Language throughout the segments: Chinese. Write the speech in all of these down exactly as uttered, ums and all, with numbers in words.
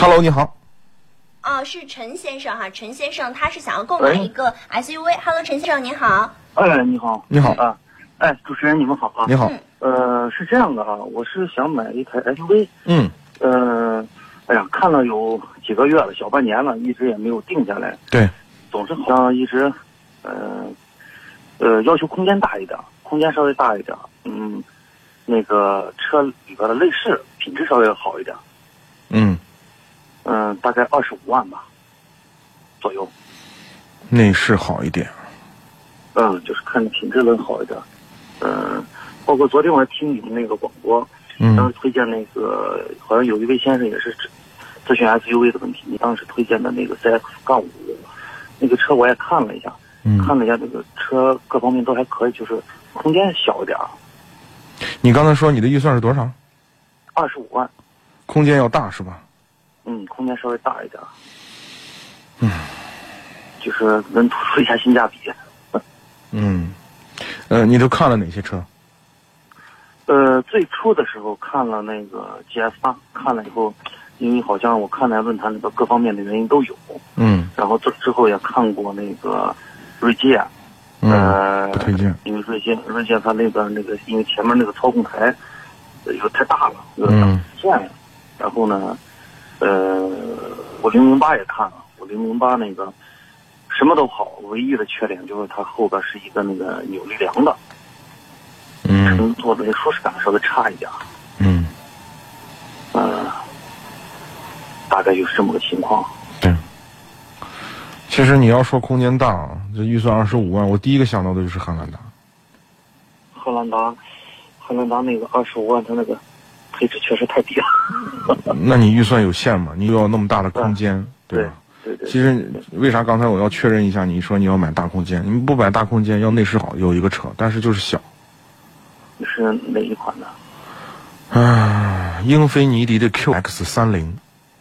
Hello， 你好。 哦，是陈先生哈，陈先生他是想要购买一个 S U V。Hello， 陈先生您好。 哎，你好。 你好啊。哎，主持人你们好啊。 你好。 呃，是这样的啊，我是想买一台 S U V。 嗯。 呃，哎呀，看了有几个月了，小半年了，一直也没有定下来。 对。 总是好像一直，呃，呃，要求空间大一点，空间稍微大一点。嗯。那个车里边的内饰品质稍微好一点。 嗯。 嗯、呃，大概二十五万吧，左右。 内饰好一点。 嗯，就是看着品质能好一点。嗯，包括昨天我还听你们那个广播， 嗯， 当时推荐那个，好像有一位先生也是咨询 S U V 的问题，你当时推荐的那个 C X 杠五，那个车我也看了一下， 嗯， 看了一下这个车各方面都还可以，就是空间小一点。 你刚才说你的预算是多少？ 二十五万。 空间要大是吧？ 嗯，空间稍微大一点。 嗯， 就是能突出一下性价比。 嗯，呃，你都看了哪些车？ 呃，最初的时候看了那个 G S 八，看了以后，因为好像我看来论坛里边各方面的原因都有。 嗯。然后之之后也看过那个锐界。 呃，不推荐。 因为锐界，锐界它那边那个，因为前面那个操控台，呃，有太大了，有点挡线了。然后呢，呃，我零零八也看了，我零零八那个什么都好，唯一的缺点就是它后边是一个那个扭力梁的， 嗯， 乘坐的舒适感稍微差一点。 嗯， 呃，大概就是这么个情况。 对。其实你要说空间大，这预算二十五万，我第一个想到的就是汉兰达。 汉兰达，汉兰达那个二十五万，它那个配置确实太低了。 那你预算有限嘛？你又要那么大的空间，嗯、对吧？ 对 对, 对。 其实为啥刚才我要确认一下？你说你要买大空间，你不买大空间，要内饰好，有一个车，但是就是小。 是哪一款呢？ 啊，英菲尼迪的 Q X 三零。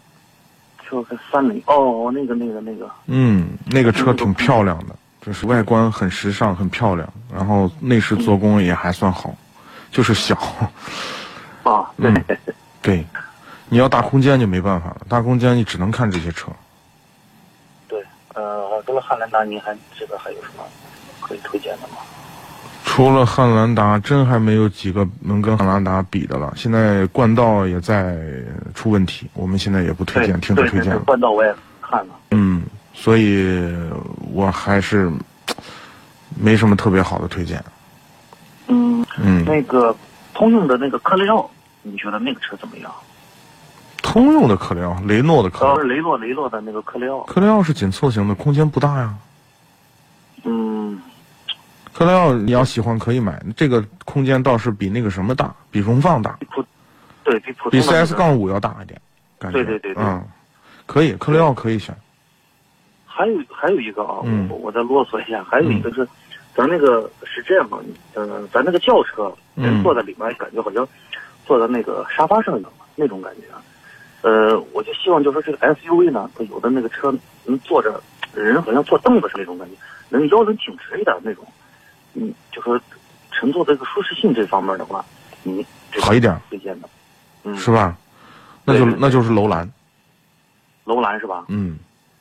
Q X 三零哦，那个那个那个。 嗯，那个车挺漂亮的，就是外观很时尚，很漂亮，然后内饰做工也还算好，嗯、就是小。 啊，对、 嗯、对，你要大空间就没办法了，大空间你只能看这些车。 对，呃，除了汉兰达，您还这个还有什么可以推荐的吗？ 除了汉兰达，真还没有几个能跟汉兰达比的了。现在冠道也在出问题，我们现在也不推荐，停止推荐了。 冠道我也看了。 嗯，所以我还是没什么特别好的推荐。 嗯嗯， 那个通用的那个科雷傲，你觉得那个车怎么样？ 通用的科雷傲，雷诺的科雷傲， 是雷诺雷诺的那个科雷傲。 科雷傲是紧凑型的，空间不大呀。 嗯。 科雷傲你要喜欢可以买，这个空间倒是比那个什么大，比荣放大， 对比普通比 C S 杠五要大一点，感觉对对对对， 嗯，可以，科雷傲可以选。 还有还有一个啊， 嗯、 我我再啰嗦一下，还有一个是，嗯、咱那个是这样啊，呃，咱那个轿车人坐在里面，感觉好像坐在那个沙发上一样那种感觉，呃，我就希望就是说这个 S U V 呢，它有的那个车能坐着人好像坐凳子是那种感觉，能腰能挺直一点那种。嗯，就说乘坐这个舒适性这方面的话，你好一点推荐的，嗯， 是吧？那就那就是楼兰， 楼兰是吧？ 嗯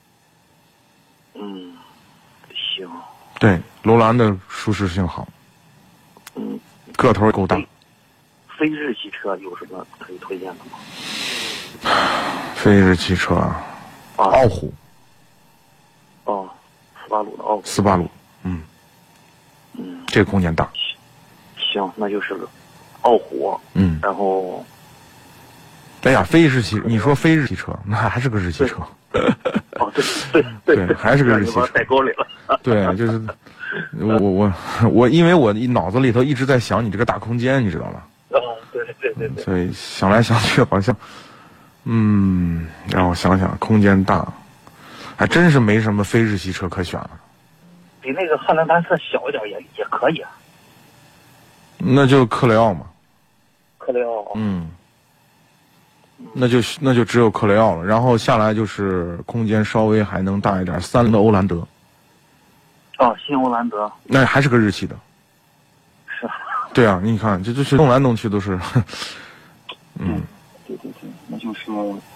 嗯，行。 对，楼兰的舒适性好， 嗯， 个头够大。 非日系车有什么可以推荐的吗？ 非日系车啊，傲虎。 哦，斯巴鲁的傲虎。 斯巴鲁，嗯。 嗯， 这个空间大。 行，那就是傲虎。 嗯， 然后， 哎呀，非日系，你说非日系车，那还是个日系车。 哦，对对对对，还是个日系车。 带沟里了。 对，就是我我我，因为我脑子里头一直在想你这个大空间，你知道吗？ 啊，对对对对。 所以想来想去，好像，嗯，让我想想，空间大，还真是没什么非日系车可选了。 比那个汉兰达车小一点也也可以啊。 那就克雷奥嘛。 克雷奥。 嗯。那就那就只有克雷奥了，然后下来就是空间稍微还能大一点，三菱的欧蓝德。 哦，新欧蓝德。 那还是个日系的。 是啊。 对啊，你看，这就是弄来弄去都是。嗯。 对对对，那就是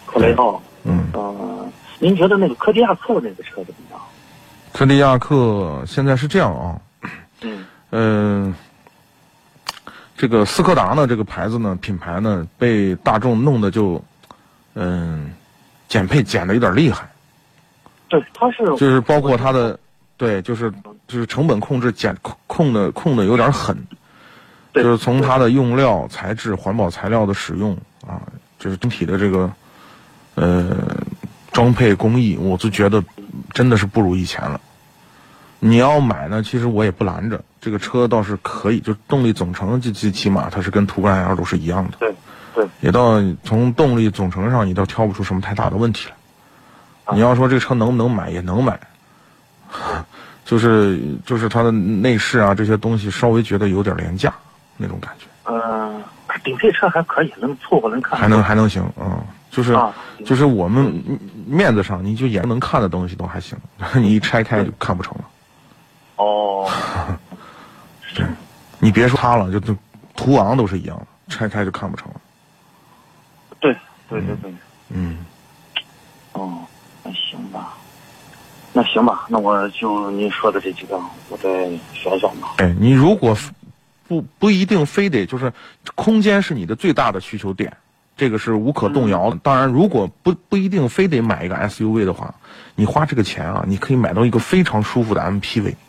克雷奥。 嗯。 呃，您觉得那个柯迪亚克那个车怎么样？ 柯迪亚克现在是这样啊。 嗯。 嗯、呃。这个斯柯达呢，这个牌子呢，品牌呢，被大众弄得就，嗯，减配减的有点厉害。 对，它是就是包括它的，对，就是就是成本控制减控控的控的有点狠，就是从它的用料、材质、环保材料的使用啊，就是整体的这个，呃，装配工艺，我就觉得真的是不如以前了。你要买呢，其实我也不拦着，这个车倒是可以，就动力总成最最起码它是跟途观 L 都是一样的。 对，对， 也到从动力总成上，你倒挑不出什么太大的问题来。你要说这个车能不能买，也能买，就是就是它的内饰啊这些东西稍微觉得有点廉价那种感觉。 呃，顶配车还可以，能凑合能看， 还能还能行啊、嗯，就是、 啊、 就是我们面子上，你就眼能看的东西都还行，你一拆开就看不成了。 哦， 对，你别说它了，就就途昂都是一样的，拆开就看不成了。 对对对对， 嗯， 哦，那行吧，那行吧，那我就您说的这几个，我再选选吧。 哎，你如果不不一定非得就是空间是你的最大的需求点，这个是无可动摇的。嗯、当然，如果不不一定非得买一个 S U V 的话，你花这个钱啊，你可以买到一个非常舒服的 M P V。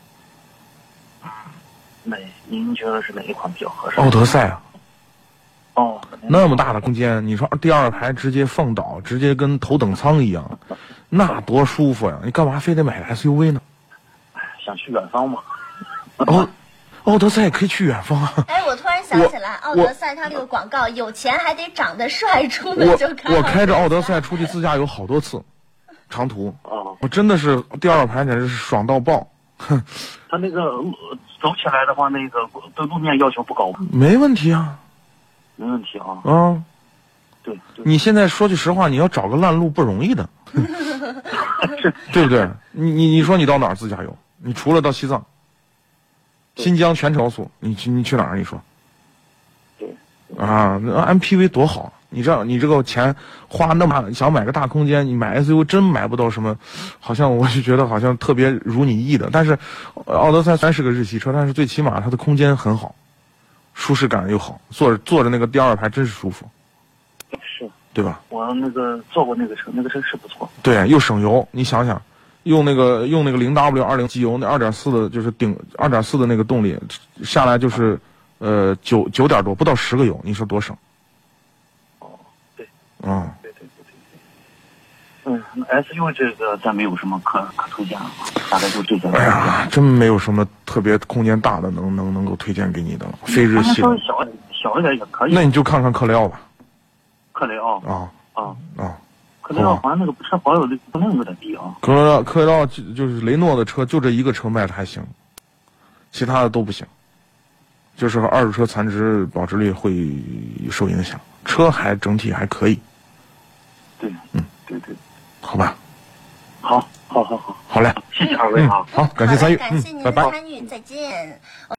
哪？您觉得是哪一款比较合适？ 奥德赛啊。 哦， 那么大的空间，你说第二排直接放倒，直接跟头等舱一样，那多舒服呀！你干嘛非得买个 S U V 呢？ 想去远方嘛。 哦，奥德赛可以去远方啊！ 哎，我突然想起来，奥德赛它那个广告，有钱还得长得帅，出门就开。 我开着奥德赛出去自驾游好多次，长途。 哦， 我真的是第二排简直是爽到爆。哼， 他那个走起来的话，那个对路面要求不高吧？ 没问题啊。 没问题啊。 啊， 对，对你现在说句实话，你要找个烂路不容易的，对不对？你你你说你到哪儿自驾游？你除了到西藏、新疆全程高速，你去你去哪儿？你说？ 对。 啊，那 M P V 多好！你这样，你这个钱花那么想买个大空间，你买 S U V 真买不到什么，好像我就觉得好像特别如你意的。但是，奥德赛虽然是个日系车，但是最起码它的空间很好。舒适感又好，坐着坐着那个第二排真是舒服， 是， 对吧？ 我那个坐过那个车，那个车是不错。 对，又省油。你想想，用那个用那个零 W 二零机油，那二点四的就是顶二点四的那个动力，下来就是，呃九九点多，不到十个油，你说多省？ 哦，对， 啊、嗯， 对对对对对。嗯，那 S U V 这个咱没有什么可可推荐了，大概就这些。 哎呀，真没有什么特别空间大的能能能够推荐给你的了，非日系的。 稍微小小一点也可以。 那你就看看克雷奥吧。 克雷奥啊啊啊！ 克雷奥好像那个车保有的保量有点低啊。 克雷奥克雷奥就就是雷诺的车，就这一个车卖的还行，其他的都不行，就是二手车残值保值率会受影响，车还整体还可以。 对， 嗯， 对对。 好吧， 好，好，好，好， 好嘞， 谢谢二位啊， 嗯、好，感谢参与， 感谢您的参与，再见。